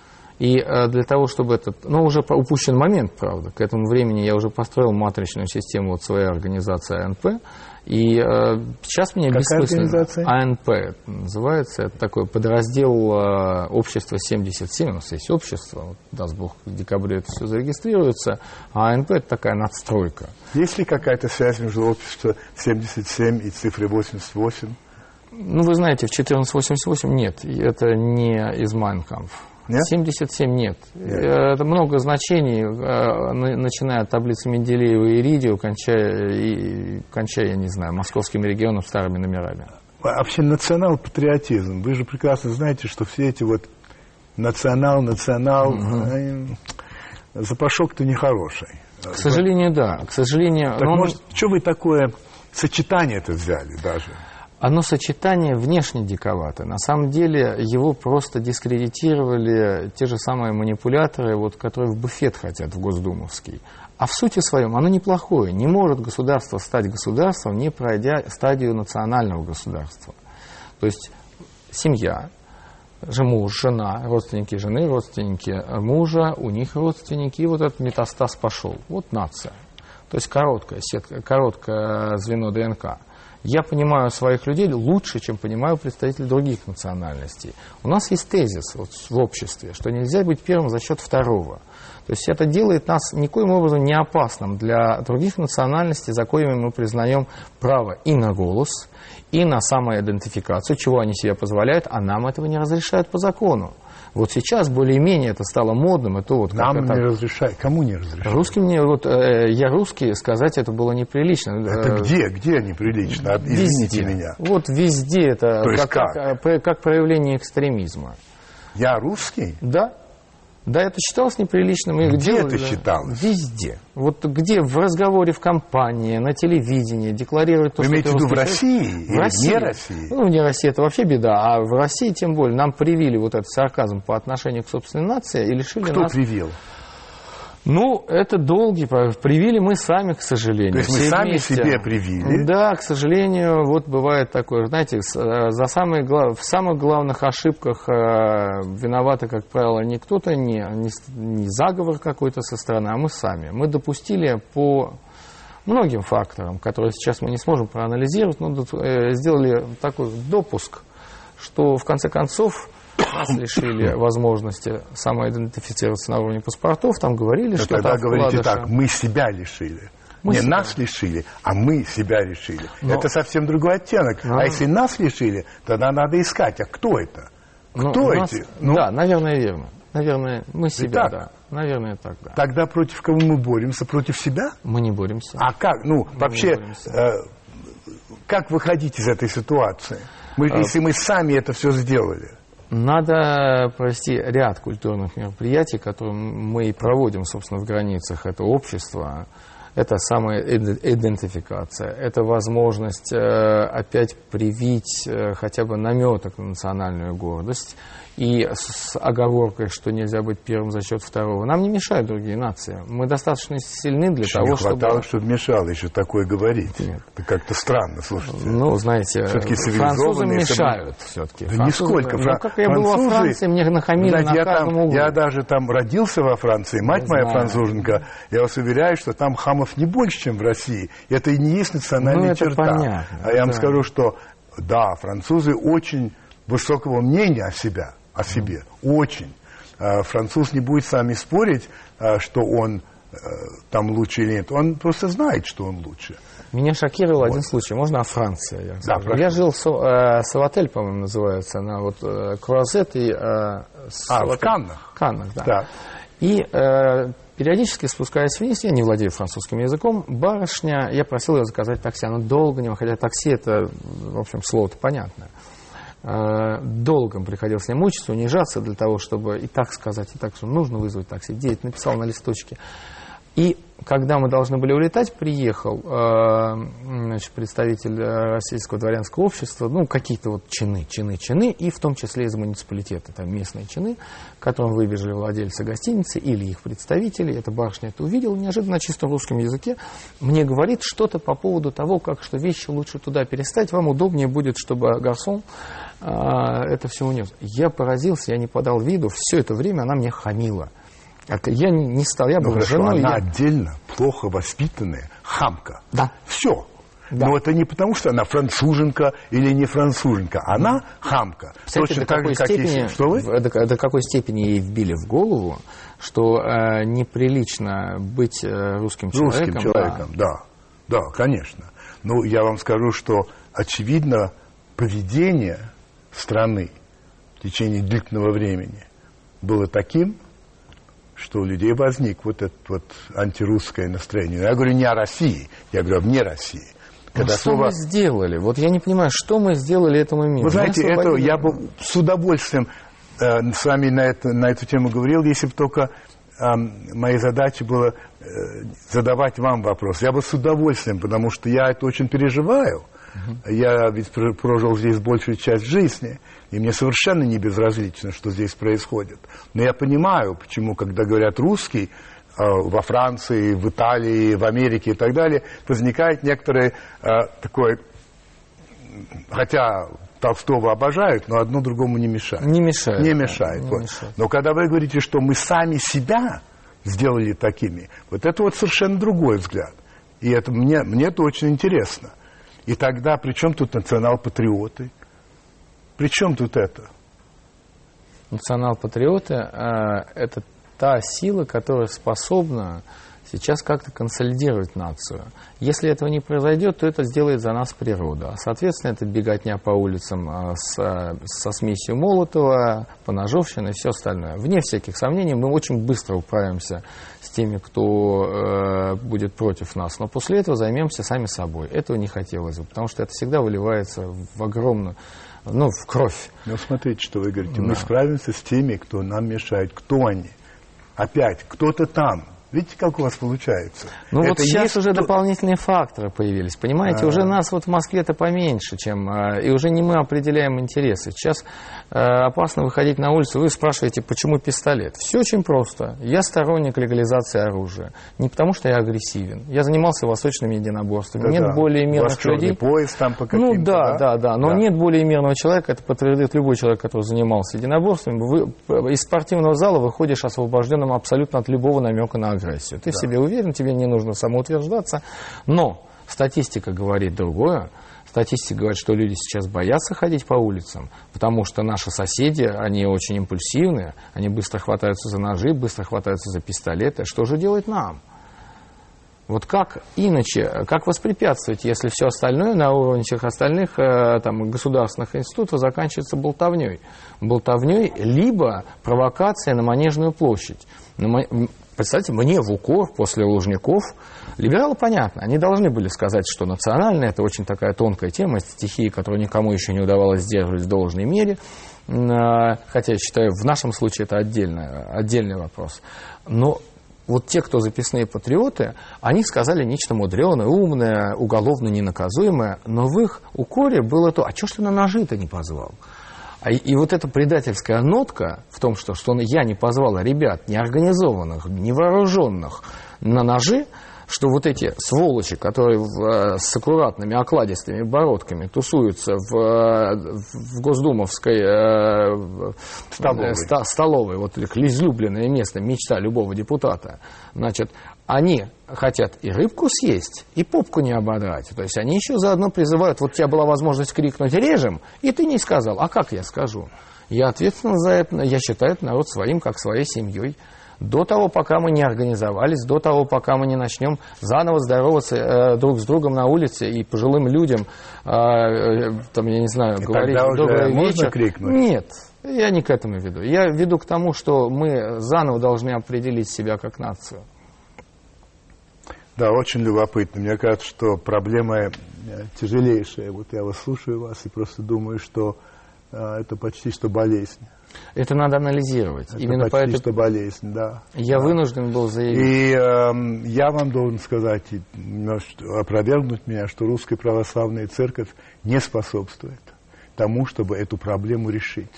И э, для того, чтобы этот... Ну, уже упущен момент, правда. К этому времени я уже построил матричную систему вот своей организации АНП. И э, сейчас мне Какая бессмысленно... организация? АНП это называется. Это такой подраздел э, общества семьдесят семь. У нас есть общество. Вот, даст Бог, в декабре это все зарегистрируется. А АНП это такая надстройка. Есть ли какая-то связь между обществом семьдесят семь и цифрой восемьдесят восемь? Ну, вы знаете, в четырнадцать восемьдесят восемь нет. Это не из Mein Kampf. Нет? семьдесят семь нет. нет. Это много значений, начиная от таблицы Менделеева и Иридио, кончая, и, кончая, я не знаю, московским регионом старыми номерами. Вообще национал-патриотизм. Вы же прекрасно знаете, что все эти вот национал, национал, угу. запашок-то нехороший. К сожалению, да. К сожалению... Так, он... может, что вы такое сочетание-то взяли даже? Одно сочетание внешне диковато. На самом деле его просто дискредитировали те же самые манипуляторы, вот, которые в буфет хотят, в Госдумовский. А в сути своем оно неплохое. Не может государство стать государством, не пройдя стадию национального государства. То есть семья, муж, жена, родственники жены, родственники мужа, у них родственники, и вот этот метастаз пошел. Вот нация. То есть короткая сетка, короткое звено ДНК. Я понимаю своих людей лучше, чем понимаю представителей других национальностей. У нас есть тезис вот, в обществе, что нельзя быть первым за счет второго. То есть это делает нас никоим образом не опасным для других национальностей, за коими мы признаем право и на голос, и на самоидентификацию, чего они себе позволяют, а нам этого не разрешают по закону. Вот сейчас более-менее это стало модным. Это вот Нам это... не разрешают. Кому не разрешают? Русским мне, вот э, я русский, сказать это было неприлично. Это э, где? Где неприлично? Извините везде. меня. Вот везде это как, как? Как, как проявление экстремизма. Я русский? Да. Да, это считалось неприличным. И где где это считалось? Везде. Вот где в разговоре в компании, на телевидении декларируют то, Вы что... имеете в виду в России? В России. Не России? Ну, не Россия, это вообще беда. А в России тем более. Нам привили вот этот сарказм по отношению к собственной нации и лишили Кто нас... привил? Ну, это долгий, привили мы сами, к сожалению. То есть мы сами вместе. себе привили? Да, к сожалению, вот бывает такое, знаете, за самые, в самых главных ошибках виноваты, как правило, не кто-то, не, не заговор какой-то со стороны, а мы сами. Мы допустили по многим факторам, которые сейчас мы не сможем проанализировать, но сделали такой допуск, что в конце концов нас лишили возможности самоидентифицироваться на уровне паспортов, там говорили, но что тогда там говорите вкладыша... так, мы себя лишили. Мы не себя. Нас лишили, а мы себя лишили. Но... Это совсем другой оттенок. Но... А если нас лишили, тогда надо искать, а кто это? Кто ну, эти? Нас... Ну... Да, наверное, верно. Наверное, мы себя, так? да. Наверное, так, да. Тогда против кого мы боремся? Против себя? Мы не боремся. А как? Ну, мы вообще, э, как выходить из этой ситуации? Мы, а... Если мы сами это все сделали. Надо провести ряд культурных мероприятий, которые мы и проводим, собственно, в границах этого общества. Это самоидентификация, это возможность э, опять привить э, хотя бы наметок на национальную гордость. И с оговоркой, что нельзя быть первым за счет второго. Нам не мешают другие нации. Мы достаточно сильны для еще того, не хватало, чтобы... чтобы мешало еще такое говорить. Нет. Это как-то странно, слушайте. Ну, знаете, французы мешают все-таки. Да нисколько. Ну, как я был во Франции, мне нахамили знаете, на я каждом там, углу. Я даже там родился во Франции, мать я моя знаю. Француженка. Я вас уверяю, что там хамов не больше, чем в России. Это и не есть национальная ну, черта. Понятно, а я вам да. скажу, что да, французы очень высокого мнения о себе. О себе. Очень. Француз не будет с вами спорить, что он там лучше или нет. Он просто знает, что он лучше. Меня шокировал вот. один случай. Можно о Франции? Я, да, я жил в э, Саватель, по-моему, называется, на вот э, Круазет и... Э, а, в Каннах? Каннах, да. да. И э, периодически, спускаясь вниз, я не владею французским языком, барышня, я просил ее заказать такси. Она долго не... Хотя такси это, в общем, слово-то понятное. Долго приходилось с ним мучиться, унижаться для того, чтобы и так сказать, и так, что нужно вызвать такси. Девять написал на листочке. И когда мы должны были улетать, приехал значит, представитель Российского дворянского общества, ну, какие-то вот чины, чины, чины, и в том числе из муниципалитета, там местные чины, к которым выбежали владельцы гостиницы или их представители. Эта барышня это увидела, неожиданно на чистом русском языке мне говорит что-то по поводу того, как что вещи лучше туда перестать, вам удобнее будет, чтобы гарсон а, это все унес. Я поразился, я не подал виду, все это время она мне хамила. Я не, не стал, я был ну, женой. Она я... отдельно, плохо воспитанная хамка. Да. Все. Да. Но это не потому, что она француженка или не француженка. Она хамка. Кстати, Точно до так какой же, как степени, есть... Что вы? До, до какой степени ей вбили в голову, что э, неприлично быть э, русским человеком. Русским человеком, да. да. Да, конечно. Ну, я вам скажу, что, очевидно, поведение страны в течение длительного времени было таким, что у людей возник вот это вот антирусское настроение. Я говорю не о России, я говорю вне России. Когда что слово... мы сделали? Вот я не понимаю, что мы сделали этому миру. Вы знаете, это я бы с удовольствием э, с вами на, это, на эту тему говорил, если бы только э, моей задачей было э, задавать вам вопрос. Я бы с удовольствием, потому что я это очень переживаю. Uh-huh. Я ведь прожил здесь большую часть жизни, и мне совершенно не безразлично, что здесь происходит. Но я понимаю, почему, когда говорят русский, э, во Франции, в Италии, в Америке и так далее, возникает некоторый э, такой, хотя Толстого обожают, но одно другому не мешает. Не мешает. Не мешает. Не вот. мешает. Но когда вы говорите, что мы сами себя сделали такими, вот это вот совершенно другой взгляд. И это мне, мне это очень интересно. И тогда при чем тут национал-патриоты? При чем тут это? Национал-патриоты э, – это та сила, которая способна сейчас как-то консолидировать нацию. Если этого не произойдет, то это сделает за нас природа. Соответственно, это беготня по улицам э, с, со смесью Молотова, поножовщины и все остальное. Вне всяких сомнений, мы очень быстро управимся с теми, кто э, будет против нас. Но после этого займемся сами собой. Этого не хотелось бы, потому что это всегда выливается в огромную... Ну, в кровь. Ну, смотрите, что вы говорите. Да. Мы справимся с теми, кто нам мешает. Кто они? Опять, кто-то там. Видите, как у вас получается? Ну это вот сейчас есть уже то... дополнительные факторы появились, понимаете? А-а-а. Уже нас вот в Москве-то поменьше, чем... И уже не мы определяем интересы. Сейчас э, опасно выходить на улицу. Вы спрашиваете, почему пистолет? Все очень просто. Я сторонник легализации оружия. Не потому, что я агрессивен. Я занимался восточными единоборствами. Да, нет да. более мирных людей... пояс там по ну да, да, да, да. Но да. нет более мирного человека, это подтвердит любой человек, который занимался единоборствами. Вы из спортивного зала выходишь освобожденным абсолютно от любого намека на агрессию. Ты да. в себе уверен, тебе не нужно самоутверждаться. Но статистика говорит другое. Статистика говорит, что люди сейчас боятся ходить по улицам, потому что наши соседи, они очень импульсивные, они быстро хватаются за ножи, быстро хватаются за пистолеты. Что же делать нам? Вот как иначе, как воспрепятствовать, если все остальное на уровне всех остальных э, там, государственных институтов заканчивается болтовней? Болтовней, либо провокация на Манежную площадь. На, представьте, мне в укор после Лужников, либералы, понятно, они должны были сказать, что национальная, это очень такая тонкая тема, стихии, которую никому еще не удавалось сдерживать в должной мере, э, хотя я считаю, в нашем случае это отдельный, отдельный вопрос. Но вот те, кто записные патриоты, они сказали нечто мудреное, умное, уголовно ненаказуемое, но в их укоре было то, а чего ж ты на ножи-то не позвал? И, и вот эта предательская нотка в том, что, что я не позвал ребят неорганизованных, невооруженных на ножи, что вот эти сволочи, которые в, с аккуратными окладистыми бородками тусуются в, в Госдумовской э, столовой. Ста, столовой, вот их излюбленное место, мечта любого депутата, значит, они хотят и рыбку съесть, и попку не ободрать. То есть они еще заодно призывают, вот у тебя была возможность крикнуть «режем», и ты не сказал. А как я скажу? Я ответственен за это, я считаю этот народ своим, как своей семьей. До того, пока мы не организовались, до того, пока мы не начнем заново здороваться э, друг с другом на улице и пожилым людям, э, э, там, я не знаю, и говорить «добрый вечер». Крикнуть? Нет, я не к этому веду. Я веду к тому, что мы заново должны определить себя как нацию. Да, очень любопытно. Мне кажется, что проблема тяжелейшая. Вот я вас слушаю вас и просто думаю, что э, это почти что болезнь. Это надо анализировать. Это Именно почти поэтому что болезнь, да. Я да. вынужден был заявить. И э, я вам должен сказать, и, опровергнуть меня, что Русская Православная Церковь не способствует тому, чтобы эту проблему решить.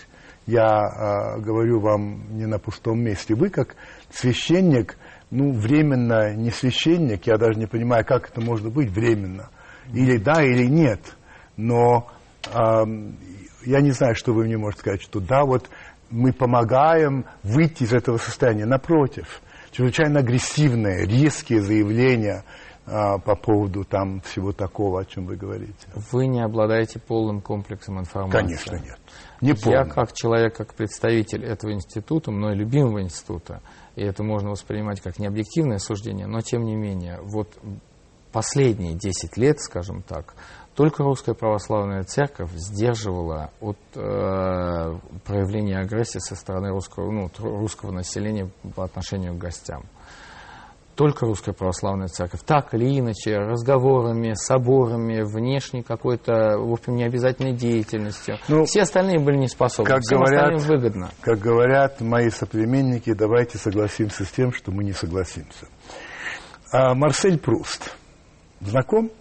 Я э, говорю вам не на пустом месте. Вы, как священник, ну, временно не священник, я даже не понимаю, как это может быть временно. Или да, или нет. Но э, я не знаю, что вы мне можете сказать, что да, вот мы помогаем выйти из этого состояния. Напротив, чрезвычайно агрессивные, резкие заявления а, по поводу там всего такого, о чем вы говорите. Вы не обладаете полным комплексом информации. Конечно, нет. Не Я как человек, как представитель этого института, мной любимого института, и это можно воспринимать как необъективное суждение, но тем не менее, вот последние десять лет, скажем так, только Русская Православная Церковь сдерживала от э, проявления агрессии со стороны русского, ну, русского населения по отношению к гостям. Только Русская Православная Церковь. Так или иначе, разговорами, соборами, внешней какой-то, в общем, необязательной деятельностью. Ну, все остальные были не способны. Как Всем говорят, остальным выгодно. Как говорят мои соплеменники, давайте согласимся с тем, что мы не согласимся. А Марсель Пруст знаком?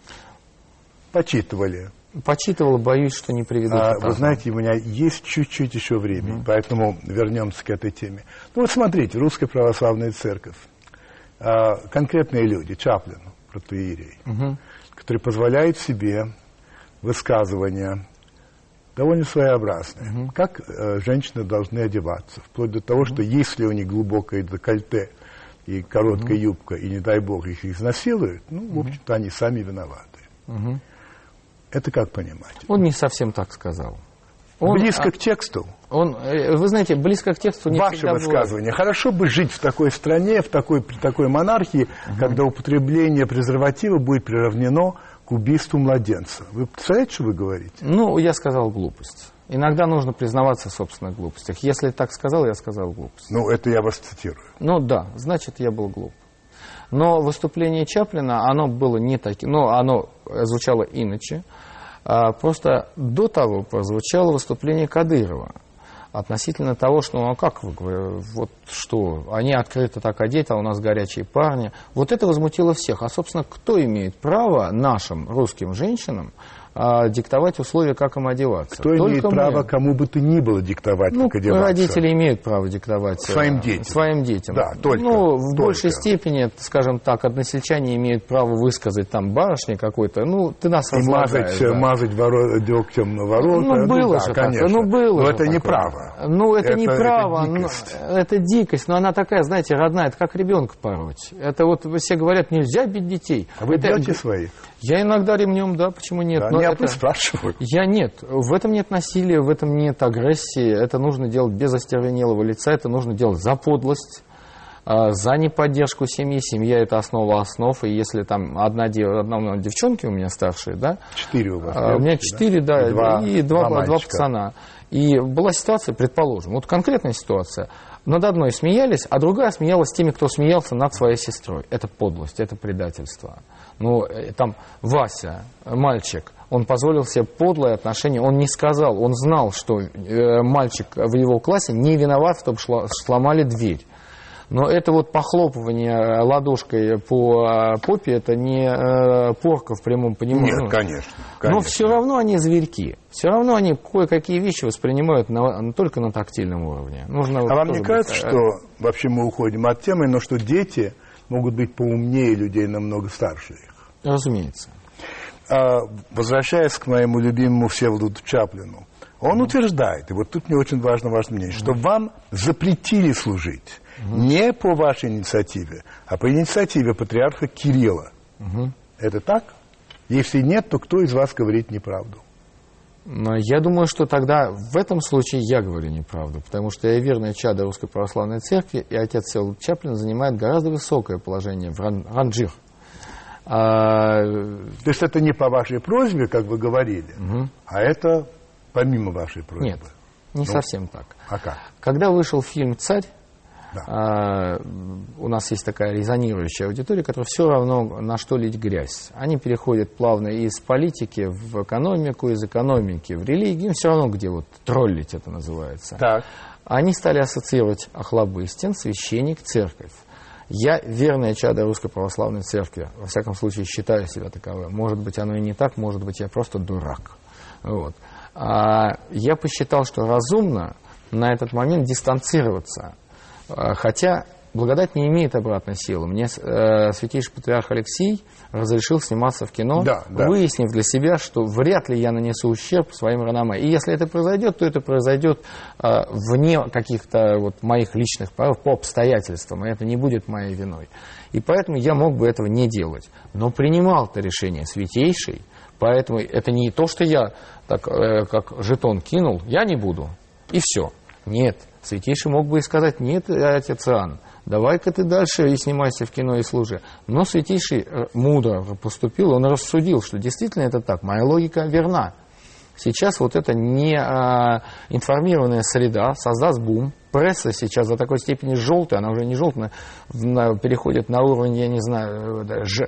Почитывали. Почитывал, боюсь, что не приведу. А, вы знаете, у меня есть чуть-чуть еще времени, mm-hmm. поэтому вернемся к этой теме. Ну вот смотрите, Русская Православная Церковь. А, конкретные люди, Чаплин, протоиерей, mm-hmm. который позволяет себе высказывания довольно своеобразные. Mm-hmm. Как а, женщины должны одеваться, вплоть до того, mm-hmm. что если у них глубокое декольте и короткая mm-hmm. юбка, и, не дай бог, их изнасилуют, ну, в общем-то, они сами виноваты. Mm-hmm. Это как понимать? Он не совсем так сказал. Он, близко а, к тексту? Он, вы знаете, близко к тексту не Ваше всегда высказывание. бывает. Хорошо бы жить в такой стране, в такой, при такой монархии, угу. когда употребление презерватива будет приравнено к убийству младенца. Вы представляете, что вы говорите? Ну, я сказал глупость. Иногда нужно признаваться в собственных глупостях. Если так сказал, я сказал глупость. Ну, это я вас цитирую. Ну, да, значит, я был глуп. Но выступление Чаплина, оно было не таким, но оно звучало иначе. А, просто до того прозвучало выступление Кадырова. относительно того, что, ну а как вы, вот что, они открыто так одеты, а у нас горячие парни. Вот это возмутило всех. А, собственно, кто имеет право нашим русским женщинам а, диктовать условия, как им одеваться? Кто Только имеет мы. право кому бы то ни было диктовать, Ну, как одеваться? родители имеют право диктовать своим детям. Своим детям. Да, только. Ну, в только. большей степени, скажем так, односельчане имеют право высказать там барышне какой-то, ну, ты нас И разлагаешь. мазать, Да. мазать воро... дегтем на ворота. Ну, было да, же конечно. такое, ну, было Но же это не такое. право. Ну, это, это не право, это дикость. но, это дикость, но она такая, знаете, родная, это как ребенка пороть. Это вот все говорят, нельзя бить детей. А вы это... бьете своих? Я иногда ремнем, да, почему нет? Да, но я это... спрашиваю. Я нет. В этом нет насилия, в этом нет агрессии. Это нужно делать без остервенелого лица, это нужно делать за подлость, за неподдержку семьи. Семья – это основа основ. И если там одна, одна девчонка у меня старшая, да? Четыре у вас. А, у меня четыре, да, и два, и два, два, два пацана. И была ситуация, предположим, вот конкретная ситуация. Над одной смеялись, а другая смеялась теми, кто смеялся над своей сестрой. Это подлость, это предательство. Ну, там Вася, мальчик, он позволил себе подлое отношение, он не сказал, он знал, что э, мальчик в его классе не виноват в том, что сломали дверь. Но это вот похлопывание ладошкой по попе, это не э, порка в прямом понимании. Нет, конечно, конечно. Но все равно они зверьки. Все равно они кое-какие вещи воспринимают на, только на тактильном уровне. Нужно а вот вам не быть... кажется, что вообще мы уходим от темы, но что дети могут быть поумнее людей намного старше их? Разумеется. А, возвращаясь к моему любимому Всеволоду Чаплину, он mm-hmm. утверждает, и вот тут мне очень важно ваше мнение, mm-hmm. что вам запретили служить mm-hmm. не по вашей инициативе, а по инициативе патриарха Кирилла. Mm-hmm. Это так? Если нет, то кто из вас говорит неправду? Я думаю, что тогда в этом случае я говорю неправду, потому что я верное чадо Русской Православной Церкви, и отец Всеволод Чаплин занимает гораздо высокое положение в ран- ранжир. А... То есть это не по вашей просьбе, как вы говорили, угу. а это помимо вашей просьбы? Нет, не ну, совсем так. А как? Когда вышел фильм «Царь», да. а, у нас есть такая резонирующая аудитория, которая все равно на что лить грязь. Они переходят плавно из политики в экономику, из экономики в религию, все равно где вот троллить это называется. Так. Они стали ассоциировать Охлобыстин, священник, церковь. Я верное чадо Русской Православной Церкви, во всяком случае считаю себя таковым. Может быть, оно и не так, может быть, я просто дурак. Вот. А я посчитал, что разумно на этот момент дистанцироваться. Хотя благодать не имеет обратной силы. Мне э, святейший патриарх Алексий разрешил сниматься в кино, да, да. выяснив для себя, что вряд ли я нанесу ущерб своим реноме. И если это произойдет, то это произойдет э, вне каких-то вот моих личных прав, по обстоятельствам, и это не будет моей виной. И поэтому я мог бы этого не делать. Но принимал это решение святейший, поэтому это не то, что я так, э, как жетон кинул, я не буду, и все. Нет. Святейший мог бы и сказать: нет, отец Иоанн, давай-ка ты дальше и снимайся в кино и служи. Но Святейший мудро поступил, он рассудил, что действительно это так, моя логика верна. Сейчас вот эта неинформированная среда создаст бум. Пресса сейчас до такой степени желтая, она уже не желтая, переходит на уровень, я не знаю,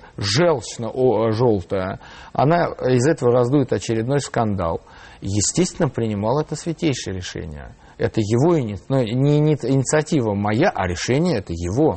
желчно-желтая. Она из этого раздует очередной скандал. Естественно, принимал это святейшее решение. Это его ини... ну, не инициатива моя, а решение это его.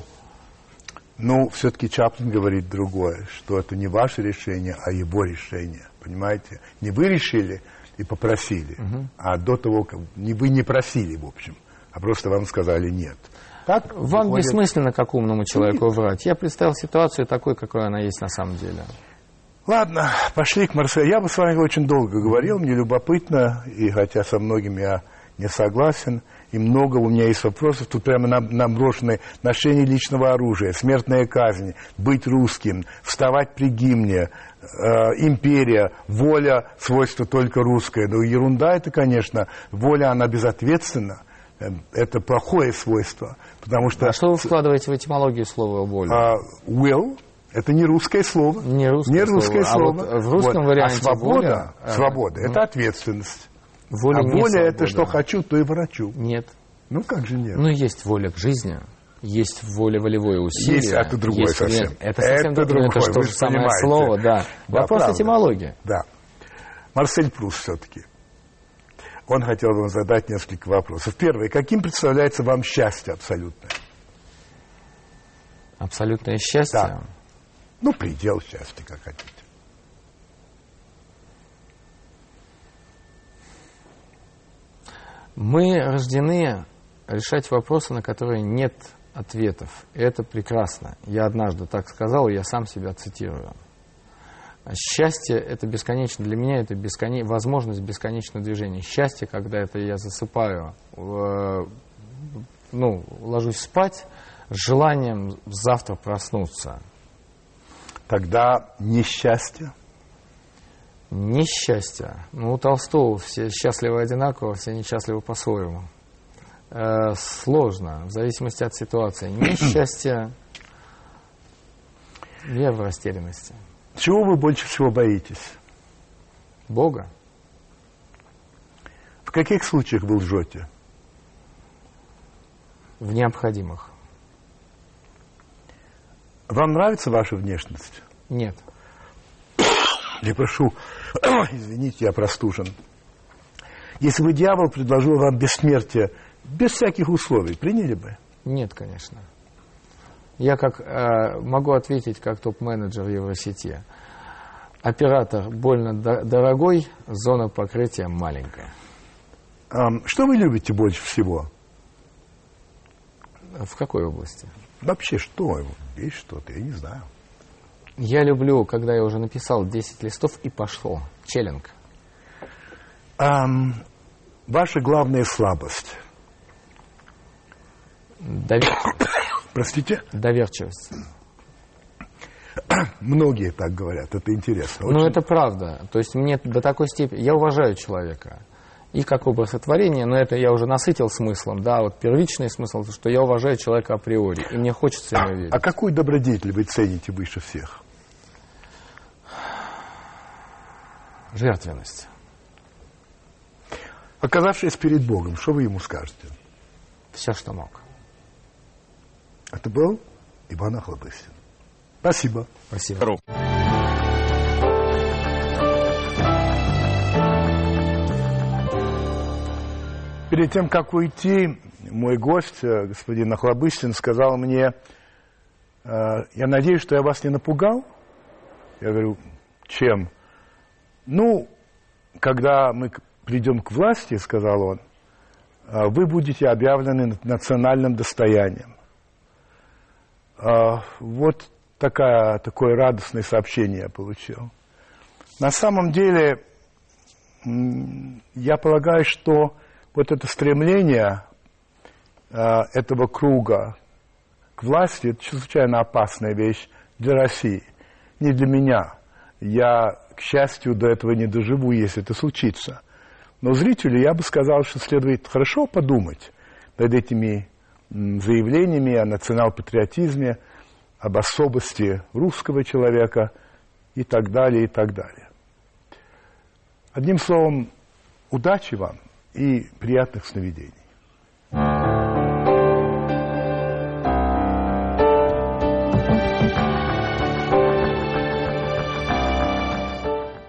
Ну, все-таки Чаплин говорит другое, что это не ваше решение, а его решение. Понимаете? Не вы решили и попросили, угу. а до того, как не вы не просили, в общем, а просто вам сказали нет. Так вам выходит... бессмысленно, как умному человеку, врать. Я представил ситуацию такой, какой она есть на самом деле. Ладно, пошли к Марселю. Я бы с вами очень долго говорил, мне любопытно, и хотя со многими я не согласен, и много у меня есть вопросов, тут прямо наброшены ношение личного оружия, смертная казнь, быть русским, вставать при гимне, э, империя, воля, свойство только русское. Но ерунда это, конечно, воля, она безответственна, это плохое свойство, потому что... А что вы вкладываете в этимологию слова «воля»? Uh, will. Это не русское слово. Не русское, не русское слово. слово. А вот в русском вот. варианте а свобода, воля, свобода а, это ответственность. Воля а не воля свобода. Это что хочу, то и врачу. Нет. Ну как же нет? Ну есть воля к жизни, есть воля волевое усилие. Есть, это другое есть, совсем. Это совсем это другое. другое. Это то же самое слово, да. да Вопрос правда. этимологии. Да. Марсель Пруст все-таки. Он хотел вам задать несколько вопросов. Первый. Каким представляется вам счастье абсолютное? Абсолютное счастье? Да. Ну, предел счастья, как хотите. Мы рождены решать вопросы, на которые нет ответов. И это прекрасно. Я однажды так сказал, и я сам себя цитирую. Счастье — это бесконечно. Для меня это бескон... возможность бесконечного движения. Счастье, когда это я засыпаю, э, ну, ложусь спать с желанием завтра проснуться. Тогда несчастье? Несчастье. Ну, у Толстого все счастливы одинаково, все несчастливы по-своему. Э, сложно, в зависимости от ситуации. Несчастье, я в растерянности. Чего вы больше всего боитесь? Бога. В каких случаях вы лжете? В необходимых. Вам нравится ваша внешность? Нет. Я прошу, извините, я простужен. Если бы дьявол предложил вам бессмертие, без всяких условий, приняли бы? Нет, конечно. Я как э, могу ответить как топ-менеджер Евросети. Оператор больно до- дорогой, зона покрытия маленькая. Эм, что вы любите больше всего? В какой области? Вообще, что? Есть что-то, я не знаю. Я люблю, когда я уже написал десять листов и пошло. Челлинг. Эм, ваша главная слабость? Довер... Простите? Доверчивость. Многие так говорят, это интересно. Ну, Очень... это правда. То есть мне до такой степени... Я уважаю человека. И как образ сотворения, но это я уже насытил смыслом. Да, вот первичный смысл, что я уважаю человека априори. И мне хочется ему верить. А какой добродетель вы цените выше всех? Жертвенность. Оказавшись перед Богом, что вы ему скажете? Все, что мог. Это был Иван Охлобыстин. Спасибо. Спасибо. Перед тем, как уйти, мой гость, господин Охлобыстин, сказал мне: я надеюсь, что я вас не напугал. Я говорю: чем? Ну, когда мы придем к власти, сказал он, вы будете объявлены национальным достоянием. Вот такая, такое радостное сообщение я получил. На самом деле, я полагаю, что вот это стремление этого круга к власти — это чрезвычайно опасная вещь для России, не для меня. Я, к счастью, до этого не доживу, если это случится. Но зрителю я бы сказал, что следует хорошо подумать над этими заявлениями о национал-патриотизме, об особости русского человека и так далее, и так далее. Одним словом, удачи вам и приятных сновидений.